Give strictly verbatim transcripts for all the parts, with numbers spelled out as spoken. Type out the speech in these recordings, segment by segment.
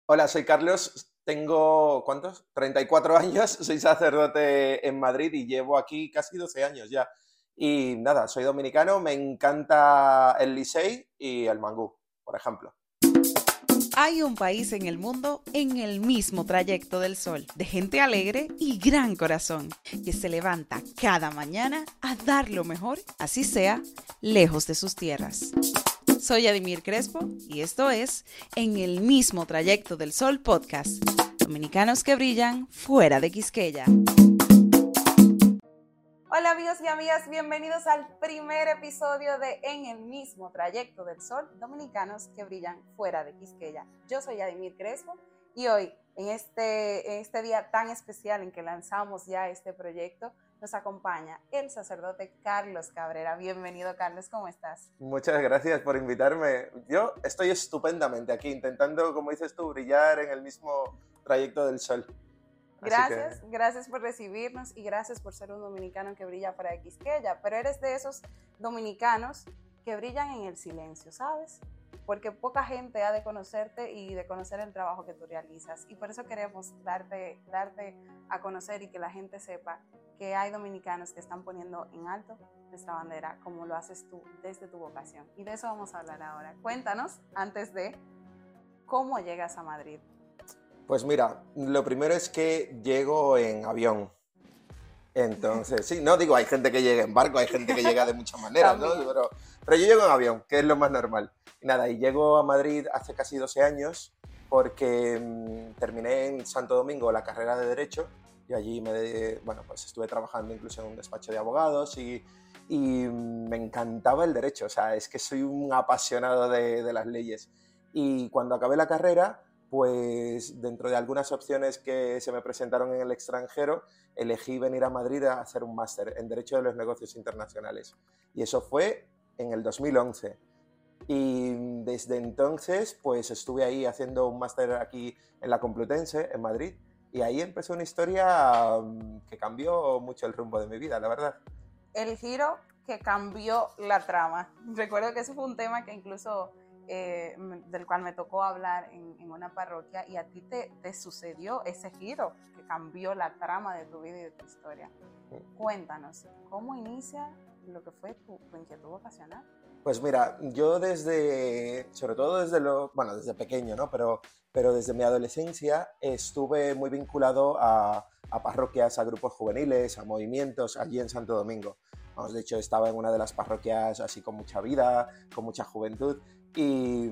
Hola, soy Carlos, tengo, ¿cuántos? treinta y cuatro años, soy sacerdote en Madrid y llevo aquí casi doce años ya. Y nada, soy dominicano, me encanta el Licey y el mangú, por ejemplo. Hay un país en el mundo en el mismo trayecto del sol, de gente alegre y gran corazón, que se levanta cada mañana a dar lo mejor, así sea, lejos de sus tierras. Soy Yadimir Crespo y esto es En el mismo trayecto del sol podcast, dominicanos que brillan fuera de Quisqueya. Hola amigos y amigas, bienvenidos al primer episodio de En el mismo trayecto del sol, dominicanos que brillan fuera de Quisqueya. Yo soy Yadimir Crespo y hoy, en este, en este día tan especial en que lanzamos ya este proyecto, nos acompaña el sacerdote Carlos Cabrera. Bienvenido, Carlos, ¿cómo estás? Muchas gracias por invitarme. Yo estoy estupendamente aquí, intentando, como dices tú, brillar en el mismo trayecto del sol. Así Gracias, que... gracias por recibirnos y gracias por ser un dominicano que brilla fuera de Quisqueya, pero eres de esos dominicanos que brillan en el silencio, ¿sabes? Porque poca gente ha de conocerte y de conocer el trabajo que tú realizas, y por eso queremos darte, darte a conocer y que la gente sepa que hay dominicanos que están poniendo en alto nuestra bandera como lo haces tú desde tu vocación, y de eso vamos a hablar ahora. Cuéntanos, antes de, ¿cómo llegas a Madrid? Pues mira, lo primero es que llego en avión. Entonces, sí, no digo, hay gente que llega en barco, hay gente que llega de muchas maneras, ¿no? También. Pero, pero yo llego en avión, que es lo más normal. Y nada, y llego a Madrid hace casi doce años porque mmm, terminé en Santo Domingo la carrera de Derecho y allí me, bueno, pues estuve trabajando incluso en un despacho de abogados y, y me encantaba el derecho, o sea, es que soy un apasionado de, de las leyes. Y cuando acabé la carrera, pues dentro de algunas opciones que se me presentaron en el extranjero, elegí venir a Madrid a hacer un máster en Derecho de los Negocios Internacionales. Y eso fue en el dos mil once. Y desde entonces, pues estuve ahí haciendo un máster aquí en la Complutense, en Madrid, y ahí empezó una historia que cambió mucho el rumbo de mi vida, la verdad. El giro que cambió la trama. Recuerdo que ese fue un tema que incluso eh, del cual me tocó hablar en, en una parroquia, y a ti te, te sucedió ese giro que cambió la trama de tu vida y de tu historia. Cuéntanos, ¿cómo inicia lo que fue tu, tu inquietud vocacional? Pues mira, yo desde, sobre todo desde lo, bueno, desde pequeño, ¿no? Pero, pero desde mi adolescencia estuve muy vinculado a, a parroquias, a grupos juveniles, a movimientos allí en Santo Domingo. Vamos, de hecho, estaba en una de las parroquias así con mucha vida, con mucha juventud, y,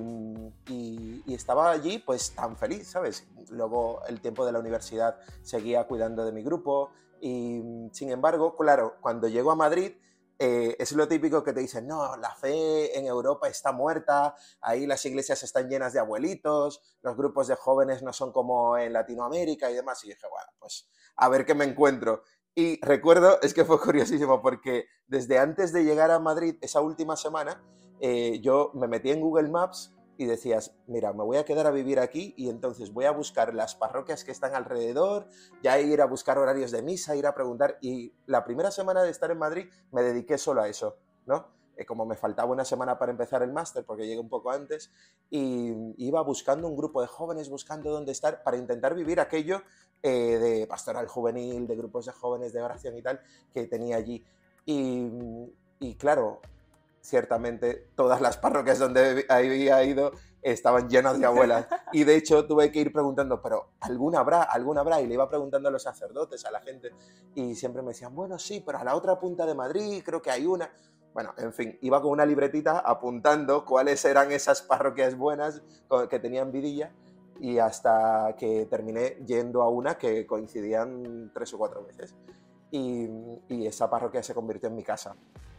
y, y estaba allí pues tan feliz, ¿sabes? Luego el tiempo de la universidad seguía cuidando de mi grupo y, sin embargo, claro, cuando llego a Madrid, Eh, es lo típico que te dicen, no, la fe en Europa está muerta, ahí las iglesias están llenas de abuelitos, los grupos de jóvenes no son como en Latinoamérica y demás. Y dije, bueno, pues a ver qué me encuentro. Y recuerdo, es que fue curiosísimo, porque desde antes de llegar a Madrid, esa última semana, eh, yo me metí en Google Maps y decías, mira, me voy a quedar a vivir aquí y entonces voy a buscar las parroquias que están alrededor, ya ir a buscar horarios de misa, ir a preguntar. Y la primera semana de estar en Madrid me dediqué solo a eso, ¿no? Eh, como me faltaba una semana para empezar el máster, porque llegué un poco antes, y iba buscando un grupo de jóvenes, buscando dónde estar, para intentar vivir aquello eh, de pastoral juvenil, de grupos de jóvenes, de oración y tal, que tenía allí. Y, y claro, ciertamente todas las parroquias donde había ido estaban llenas de abuelas. Y de hecho tuve que ir preguntando, pero ¿alguna habrá? ¿Alguna habrá? Y le iba preguntando a los sacerdotes, a la gente, y siempre me decían, bueno, sí, pero a la otra punta de Madrid creo que hay una. Bueno, en fin, iba con una libretita apuntando cuáles eran esas parroquias buenas que tenían vidilla, y hasta que terminé yendo a una que coincidían tres o cuatro veces. Y, y esa parroquia se convirtió en mi casa.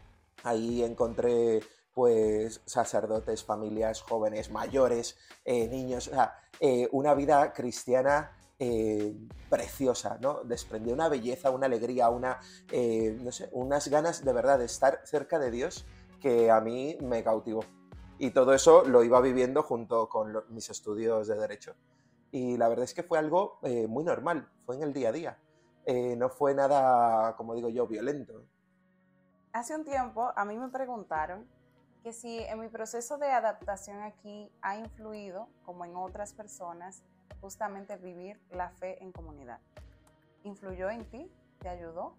Ahí encontré pues sacerdotes, familias, jóvenes, mayores, eh, niños, o sea, eh, una vida cristiana eh, preciosa, ¿no? Desprendía una belleza, una alegría, una, eh, no sé, unas ganas de verdad de estar cerca de Dios que a mí me cautivó. Y todo eso lo iba viviendo junto con lo, mis estudios de Derecho. Y la verdad es que fue algo eh, muy normal, fue en el día a día. Eh, no fue nada, como digo yo, violento. Hace un tiempo a mí me preguntaron que si en mi proceso de adaptación aquí ha influido, como en otras personas, justamente vivir la fe en comunidad. ¿Influyó en ti? ¿Te ayudó?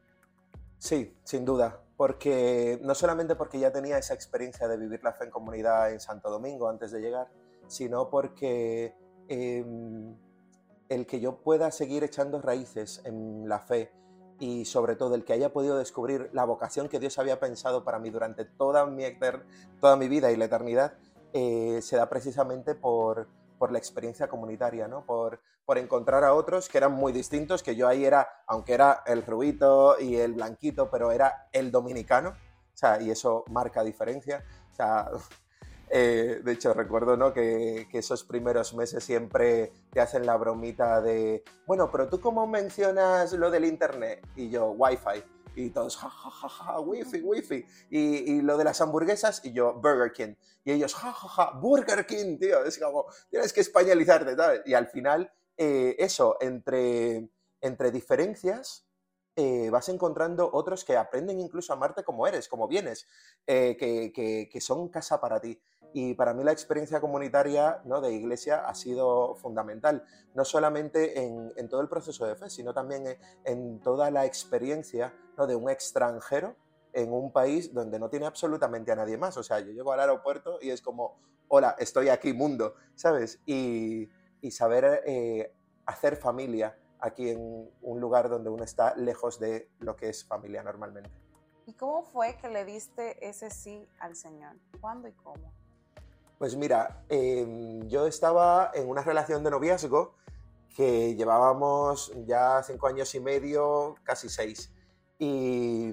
Sí, sin duda, porque no solamente porque ya tenía esa experiencia de vivir la fe en comunidad en Santo Domingo antes de llegar, sino porque eh, el que yo pueda seguir echando raíces en la fe y sobre todo el que haya podido descubrir la vocación que Dios había pensado para mí durante toda mi, eter- toda mi vida y la eternidad, eh, se da precisamente por, por la experiencia comunitaria, ¿no? Por, por encontrar a otros que eran muy distintos, que yo ahí era, aunque era el rubito y el blanquito, pero era el dominicano, o sea, y eso marca diferencia. O sea, eh, de hecho, recuerdo, ¿no?, que, que esos primeros meses siempre te hacen la bromita de, bueno, pero tú cómo mencionas lo del internet, y yo, wifi, y todos, ja, ja, ja, ja, wifi, wifi, y, y lo de las hamburguesas, y yo, Burger King, y ellos, ja, ja, ja, Burger King, tío, es como, tienes que españolizarte, ¿sabes? Y al final, eh, eso, entre, entre diferencias, eh, vas encontrando otros que aprenden incluso a amarte como eres, como vienes, eh, que, que, que son casa para ti. Y para mí la experiencia comunitaria, ¿no?, de iglesia ha sido fundamental, no solamente en, en todo el proceso de fe, sino también en, en toda la experiencia, ¿no?, de un extranjero en un país donde no tiene absolutamente a nadie más. O sea, yo llego al aeropuerto y es como, hola, estoy aquí, mundo, ¿sabes? Y, y saber eh, hacer familia aquí en un lugar donde uno está lejos de lo que es familia normalmente. ¿Y cómo fue que le diste ese sí al Señor? ¿Cuándo y cómo? Pues mira, eh, yo estaba en una relación de noviazgo que llevábamos ya cinco años y medio, casi seis. Y,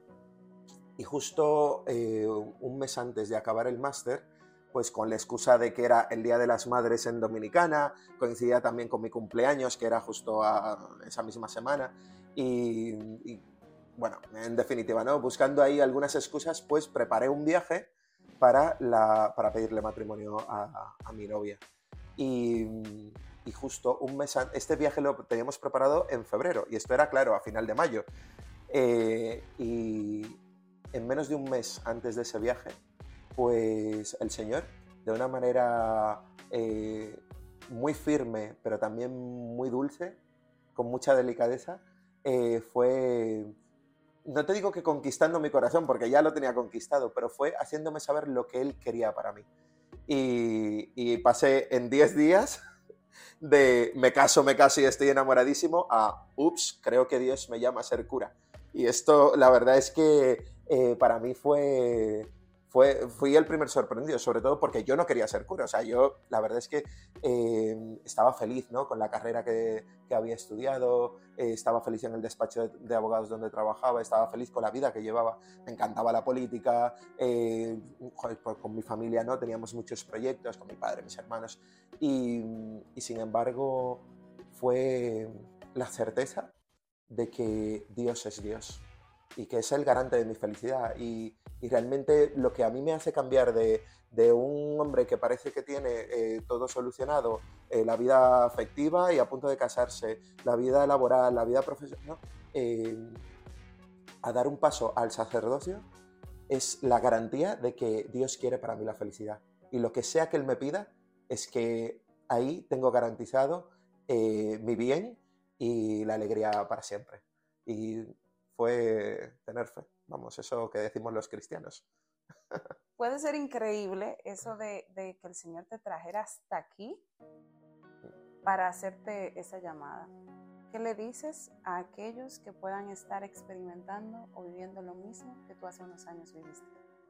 y justo eh, un mes antes de acabar el máster, pues con la excusa de que era el Día de las Madres en Dominicana, coincidía también con mi cumpleaños, que era justo a esa misma semana, y, y bueno, en definitiva, ¿no?, buscando ahí algunas excusas, pues preparé un viaje para, la, para pedirle matrimonio a, a mi novia. Y, y justo un mes antes, este viaje lo teníamos preparado en febrero, y esto era, claro, a final de mayo. Eh, y en menos de un mes antes de ese viaje, pues el Señor, de una manera eh, muy firme, pero también muy dulce, con mucha delicadeza, eh, fue, no te digo que conquistando mi corazón, porque ya lo tenía conquistado, pero fue haciéndome saber lo que Él quería para mí. Y, y pasé en diez días de me caso, me caso y estoy enamoradísimo a, ups, creo que Dios me llama a ser cura. Y esto, la verdad es que eh, para mí fue, fue, fui el primer sorprendido, sobre todo porque yo no quería ser cura. O sea, yo, la verdad es que eh, estaba feliz, ¿no?, con la carrera que, que había estudiado, eh, estaba feliz en el despacho de, de abogados donde trabajaba, estaba feliz con la vida que llevaba, me encantaba la política, eh, joder, pues con mi familia, ¿no?, teníamos muchos proyectos, con mi padre, mis hermanos, y, y sin embargo fue la certeza de que Dios es Dios y que es el garante de mi felicidad. Y, y realmente lo que a mí me hace cambiar de, de un hombre que parece que tiene eh, todo solucionado, eh, la vida afectiva y a punto de casarse, la vida laboral, la vida profesional, ¿no?, eh, a dar un paso al sacerdocio, es la garantía de que Dios quiere para mí la felicidad. Y lo que sea que Él me pida, es que ahí tengo garantizado eh, mi bien y la alegría para siempre. Y fue tener fe, vamos, eso que decimos los cristianos. Puede ser increíble eso de, de que el Señor te trajera hasta aquí para hacerte esa llamada. ¿Qué le dices a aquellos que puedan estar experimentando o viviendo lo mismo que tú hace unos años viviste?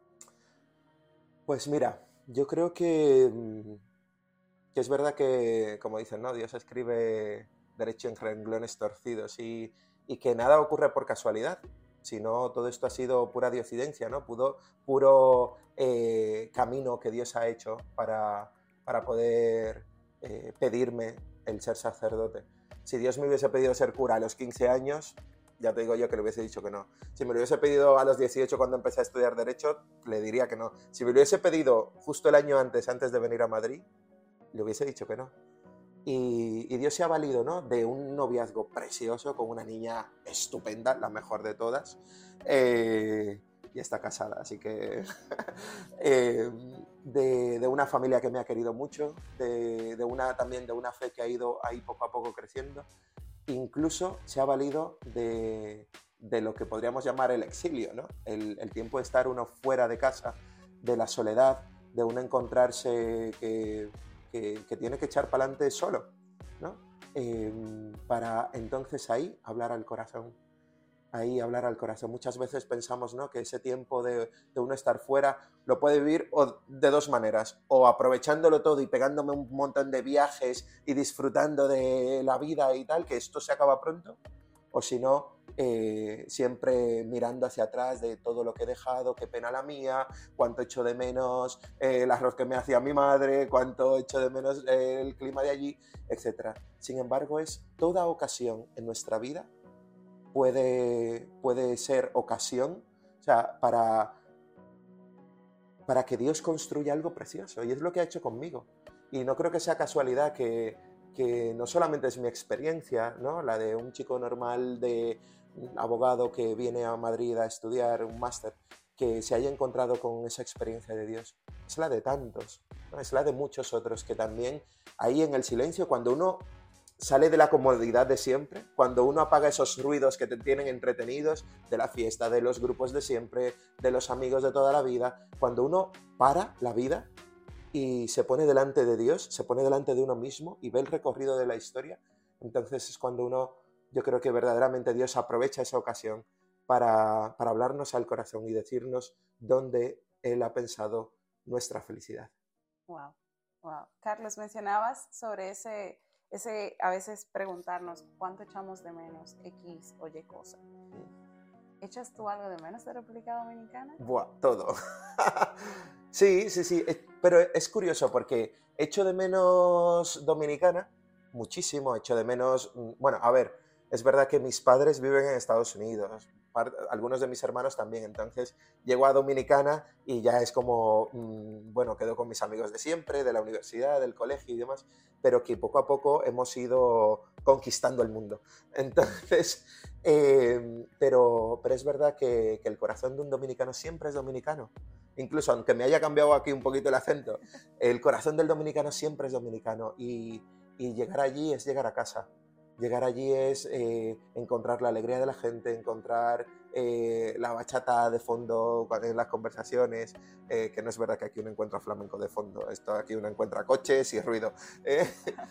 Pues mira, yo creo que, que es verdad que, como dicen, ¿no?, Dios escribe derecho en renglones torcidos y, y que nada ocurre por casualidad, sino todo esto ha sido pura diosidencia, ¿no?, Pudo, puro eh, camino que Dios ha hecho para, para poder eh, pedirme el ser sacerdote. Si Dios me hubiese pedido ser cura a los quince años, ya te digo yo que le hubiese dicho que no. Si me lo hubiese pedido a los dieciocho cuando empecé a estudiar Derecho, le diría que no. Si me lo hubiese pedido justo el año antes, antes de venir a Madrid, le hubiese dicho que no. Y, y Dios se ha valido, ¿no?, de un noviazgo precioso con una niña estupenda, la mejor de todas, eh, y está casada, así que eh, de, de una familia que me ha querido mucho, de, de una, también de una fe que ha ido ahí poco a poco creciendo. Incluso se ha valido de, de lo que podríamos llamar el exilio, ¿no? El, el tiempo de estar uno fuera de casa, de la soledad, de uno encontrarse que, que, que tiene que echar para adelante solo, ¿no? Eh, para entonces ahí hablar al corazón. Ahí hablar al corazón. Muchas veces pensamos, ¿no?, que ese tiempo de, de uno estar fuera lo puede vivir o de dos maneras, o aprovechándolo todo y pegándome un montón de viajes y disfrutando de la vida y tal, que esto se acaba pronto, o si no, eh, siempre mirando hacia atrás de todo lo que he dejado, qué pena la mía, cuánto echo de menos eh, el arroz que me hacía mi madre, cuánto echo de menos eh, el clima de allí, etcétera. Sin embargo, es toda ocasión en nuestra vida Puede, puede ser ocasión, o sea, para, para que Dios construya algo precioso. Y es lo que ha hecho conmigo. Y no creo que sea casualidad que, que no solamente es mi experiencia, ¿no?, la de un chico normal, de un abogado que viene a Madrid a estudiar un máster, que se haya encontrado con esa experiencia de Dios. Es la de tantos, ¿no? Es la de muchos otros que también ahí en el silencio, cuando uno sale de la comodidad de siempre, cuando uno apaga esos ruidos que te tienen entretenidos, de la fiesta, de los grupos de siempre, de los amigos de toda la vida, cuando uno para la vida y se pone delante de Dios, se pone delante de uno mismo y ve el recorrido de la historia, entonces es cuando uno, yo creo que verdaderamente Dios aprovecha esa ocasión para, para hablarnos al corazón y decirnos dónde Él ha pensado nuestra felicidad. Wow, wow. Carlos, mencionabas sobre ese... Ese, a veces preguntarnos cuánto echamos de menos X o Y cosa. ¿Echas tú algo de menos de República Dominicana? Buah, todo. Sí, sí, sí, pero es curioso porque echo de menos Dominicana muchísimo, echo de menos, bueno, a ver, es verdad que mis padres viven en Estados Unidos, algunos de mis hermanos también, entonces llego a Dominicana y ya es como, bueno, quedo con mis amigos de siempre, de la universidad, del colegio y demás, pero que poco a poco hemos ido conquistando el mundo. Entonces, eh, pero, pero es verdad que, que el corazón de un dominicano siempre es dominicano. Incluso aunque me haya cambiado aquí un poquito el acento, el corazón del dominicano siempre es dominicano y, y llegar allí es llegar a casa. Llegar allí es eh, encontrar la alegría de la gente, encontrar eh, la bachata de fondo en las conversaciones, eh, que no es verdad que aquí uno encuentra flamenco de fondo, esto aquí uno encuentra coches y ruido. Eh,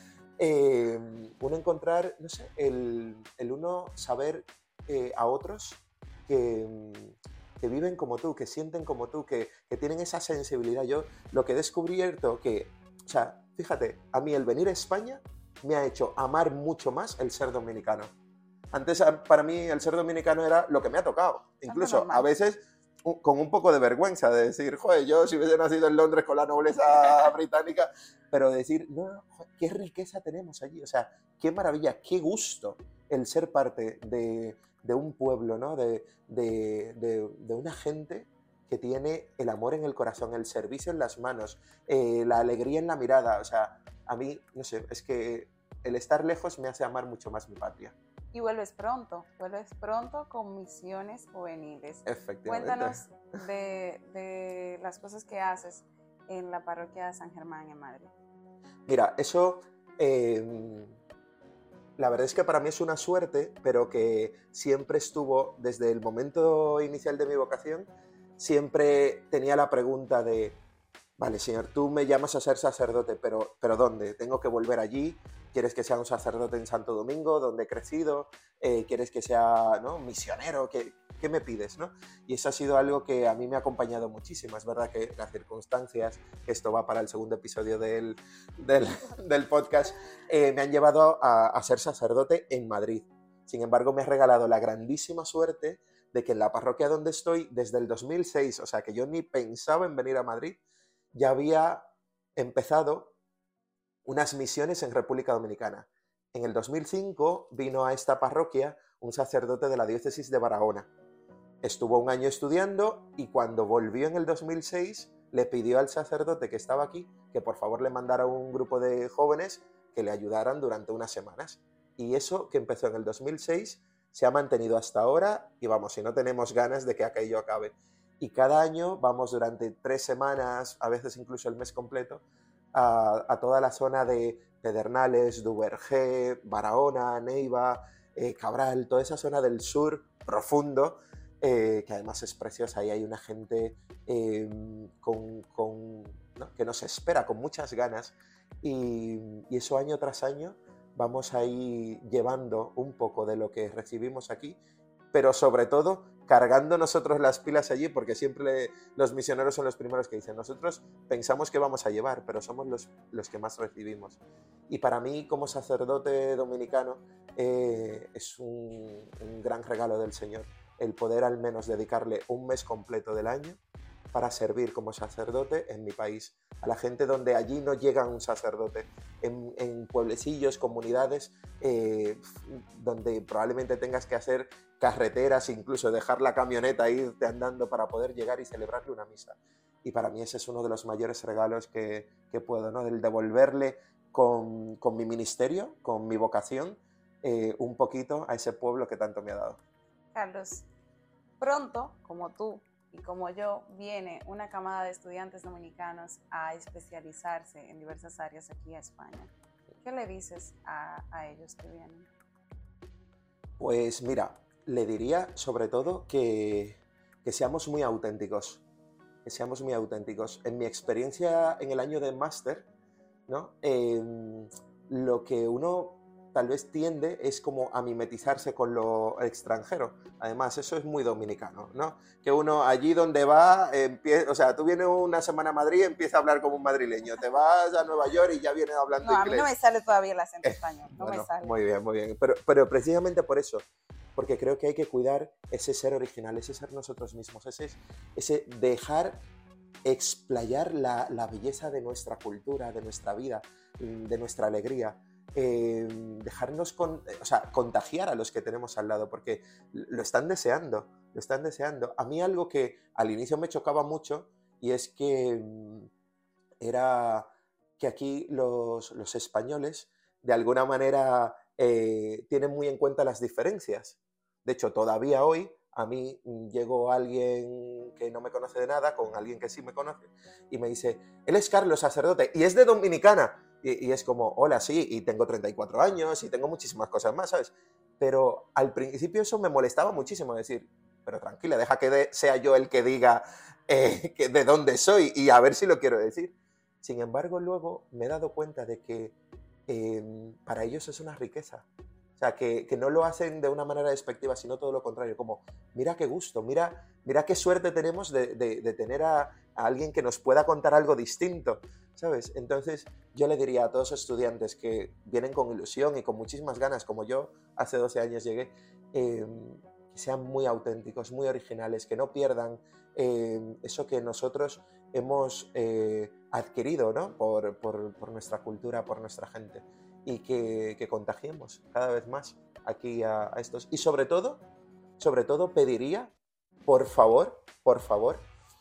eh, uno encontrar, no sé, el, el uno saber eh, a otros que, que viven como tú, que sienten como tú, que, que tienen esa sensibilidad. Yo lo que he descubierto que, o sea, fíjate, a mí el venir a España me ha hecho amar mucho más el ser dominicano. Antes, para mí, el ser dominicano era lo que me ha tocado. Incluso, a veces, con un poco de vergüenza de decir, joder, yo si hubiese nacido en Londres con la nobleza británica, pero decir, no, no, qué riqueza tenemos allí. O sea, qué maravilla, qué gusto el ser parte de, de un pueblo, ¿no? De, de, de, de una gente que tiene el amor en el corazón, el servicio en las manos, eh, la alegría en la mirada. O sea, a mí, no sé, es que el estar lejos me hace amar mucho más mi patria. Y vuelves pronto, vuelves pronto con misiones juveniles. Efectivamente. Cuéntanos de, de las cosas que haces en la parroquia de San Germán en Madrid. Mira, eso, eh, la verdad es que para mí es una suerte, pero que siempre estuvo, desde el momento inicial de mi vocación, siempre tenía la pregunta de, vale, Señor, tú me llamas a ser sacerdote, pero, pero ¿dónde? ¿Tengo que volver allí? ¿Quieres que sea un sacerdote en Santo Domingo, donde he crecido? Eh, ¿Quieres que sea, ¿no?, misionero? ¿Qué, ¿Qué me pides, no? Y eso ha sido algo que a mí me ha acompañado muchísimo. Es verdad que las circunstancias, esto va para el segundo episodio del, del, del podcast, eh, me han llevado a, a ser sacerdote en Madrid. Sin embargo, me ha regalado la grandísima suerte de que en la parroquia donde estoy, desde el dos mil seis, o sea, que yo ni pensaba en venir a Madrid, ya había empezado unas misiones en República Dominicana. En el dos mil cinco vino a esta parroquia un sacerdote de la diócesis de Barahona. Estuvo un año estudiando y cuando volvió en el dos mil seis le pidió al sacerdote que estaba aquí que por favor le mandara un grupo de jóvenes que le ayudaran durante unas semanas. Y eso, que empezó en el dos mil seis, se ha mantenido hasta ahora y vamos, si no tenemos ganas de que aquello acabe. y cada año vamos durante tres semanas, a veces incluso el mes completo, a, a toda la zona de Pedernales, Duvergé, Barahona, Neiva, eh, Cabral, toda esa zona del sur profundo, eh, que además es preciosa y hay una gente eh, con, con, ¿no? que nos espera con muchas ganas y, y eso año tras año vamos a ir llevando un poco de lo que recibimos aquí, pero sobre todo cargando nosotros las pilas allí, porque siempre le, los misioneros son los primeros que dicen, nosotros pensamos que vamos a llevar, pero somos los, los que más recibimos. Y para mí, como sacerdote dominicano, eh, es un, un gran regalo del Señor el poder al menos dedicarle un mes completo del año para servir como sacerdote en mi país, a la gente donde allí no llega un sacerdote, en, en pueblecillos, comunidades, eh, donde probablemente tengas que hacer carreteras, incluso dejar la camioneta e irte andando para poder llegar y celebrarle una misa. Y para mí ese es uno de los mayores regalos que, que puedo, ¿no? El devolverle con, con mi ministerio, con mi vocación, eh, un poquito a ese pueblo que tanto me ha dado. Carlos, pronto, como tú y como yo, viene una camada de estudiantes dominicanos a especializarse en diversas áreas aquí a España. ¿Qué le dices a, a ellos que vienen? Pues mira, le diría sobre todo que, que seamos muy auténticos, que seamos muy auténticos. En mi experiencia en el año de máster, ¿no? Eh, lo que uno tal vez tiende es como a mimetizarse con lo extranjero. Además, eso es muy dominicano, ¿no? Que uno allí donde va, empieza, o sea, tú vienes una semana a Madrid y empieza a hablar como un madrileño. Te vas a Nueva York y ya vienes hablando no, inglés. No, a mí no me sale todavía el acento español, no bueno, me sale. Muy bien, muy bien. Pero, pero precisamente por eso, porque creo que hay que cuidar ese ser original, ese ser nosotros mismos, ese, ese dejar explayar la, la belleza de nuestra cultura, de nuestra vida, de nuestra alegría. Eh, dejarnos con, o sea, contagiar a los que tenemos al lado, porque lo están deseando, lo están deseando. A mí algo que al inicio me chocaba mucho y es que mm, era que aquí los, los españoles de alguna manera eh, tienen muy en cuenta las diferencias. De hecho, todavía hoy a mí llegó alguien que no me conoce de nada con alguien que sí me conoce y me dice, él es Carlos, sacerdote, y es de Dominicana. Y, y es como, hola, sí, y tengo treinta y cuatro años y tengo muchísimas cosas más, ¿sabes? Pero al principio eso me molestaba muchísimo, decir, pero tranquila, deja que de, sea yo el que diga eh, que de dónde soy y a ver si lo quiero decir. Sin embargo, luego me he dado cuenta de que eh, para ellos es una riqueza. O sea, que, que no lo hacen de una manera despectiva, sino todo lo contrario, como, mira qué gusto, mira, mira qué suerte tenemos de, de, de tener a, a alguien que nos pueda contar algo distinto, ¿sabes? Entonces, yo le diría a todos los estudiantes que vienen con ilusión y con muchísimas ganas, como yo hace doce años llegué, eh, que sean muy auténticos, muy originales, que no pierdan eh, eso que nosotros hemos eh, adquirido, ¿no? por, por, por nuestra cultura, por nuestra gente. Y que, que contagiemos cada vez más aquí a, a estos. Y sobre todo, sobre todo pediría, por favor, por favor,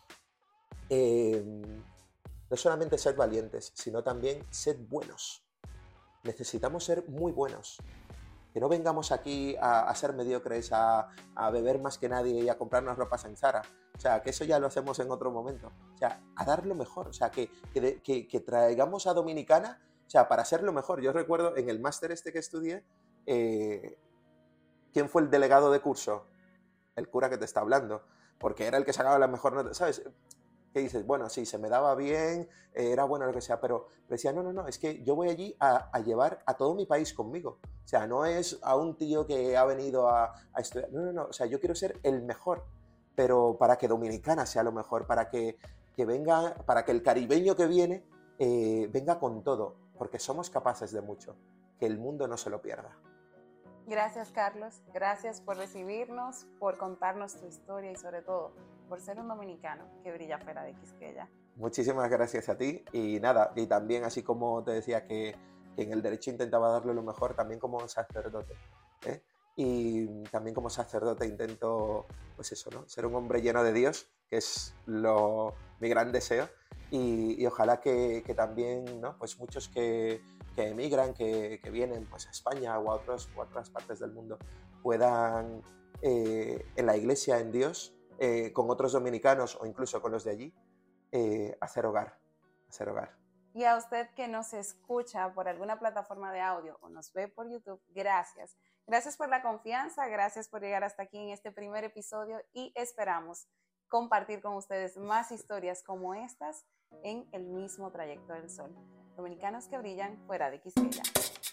eh, no solamente sed valientes, sino también sed buenos. Necesitamos ser muy buenos. Que no vengamos aquí a, a ser mediocres, a, a beber más que nadie y a comprarnos ropas en Zara. O sea, que eso ya lo hacemos en otro momento. O sea, a dar lo mejor. O sea, que, que, que, que traigamos a Dominicana, o sea, para ser lo mejor. Yo recuerdo en el máster este que estudié, eh, ¿quién fue el delegado de curso? El cura que te está hablando. Porque era el que sacaba la mejor nota, ¿sabes? Que dices, bueno, sí, se me daba bien, eh, era bueno lo que sea, pero decía, no, no, no, es que yo voy allí a, a llevar a todo mi país conmigo. O sea, no es a un tío que ha venido a, a estudiar, no, no, no, o sea, yo quiero ser el mejor, pero para que Dominicana sea lo mejor, para que, que venga, para que el caribeño que viene eh, venga con todo, porque somos capaces de mucho, que el mundo no se lo pierda. Gracias, Carlos. Gracias por recibirnos, por contarnos tu historia y sobre todo por ser un dominicano que brilla fuera de Quisqueya. Muchísimas gracias a ti y nada, y también así como te decía que, que en el derecho intentaba darle lo mejor, también como sacerdote, ¿eh? Y también como sacerdote intento, pues eso, ¿no? Ser un hombre lleno de Dios, que es lo, mi gran deseo, y, y ojalá que, que también, ¿no? Pues muchos que, que emigran, que, que vienen pues, a España o a, otros, o a otras partes del mundo, puedan eh, en la iglesia, en Dios, eh, con otros dominicanos o incluso con los de allí, eh, hacer hogar, hacer hogar. Y a usted que nos escucha por alguna plataforma de audio o nos ve por YouTube, gracias. Gracias por la confianza, gracias por llegar hasta aquí en este primer episodio y esperamos compartir con ustedes más historias como estas en el mismo trayecto del sol. Dominicanos que brillan fuera de Quisqueya.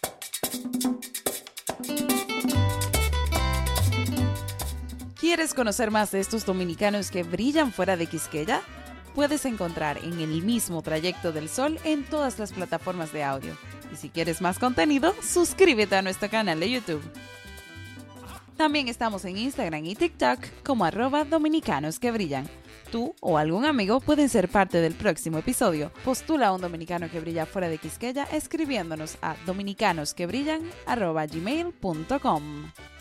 ¿Quieres conocer más de estos dominicanos que brillan fuera de Quisqueya? Puedes encontrar en el mismo trayecto del sol en todas las plataformas de audio. Y si quieres más contenido, suscríbete a nuestro canal de YouTube. También estamos en Instagram y TikTok como arroba dominicanos que brillan. Tú o algún amigo pueden ser parte del próximo episodio. Postula a un dominicano que brilla fuera de Quisqueya escribiéndonos a dominicanosquebrillan arroba gmail punto com.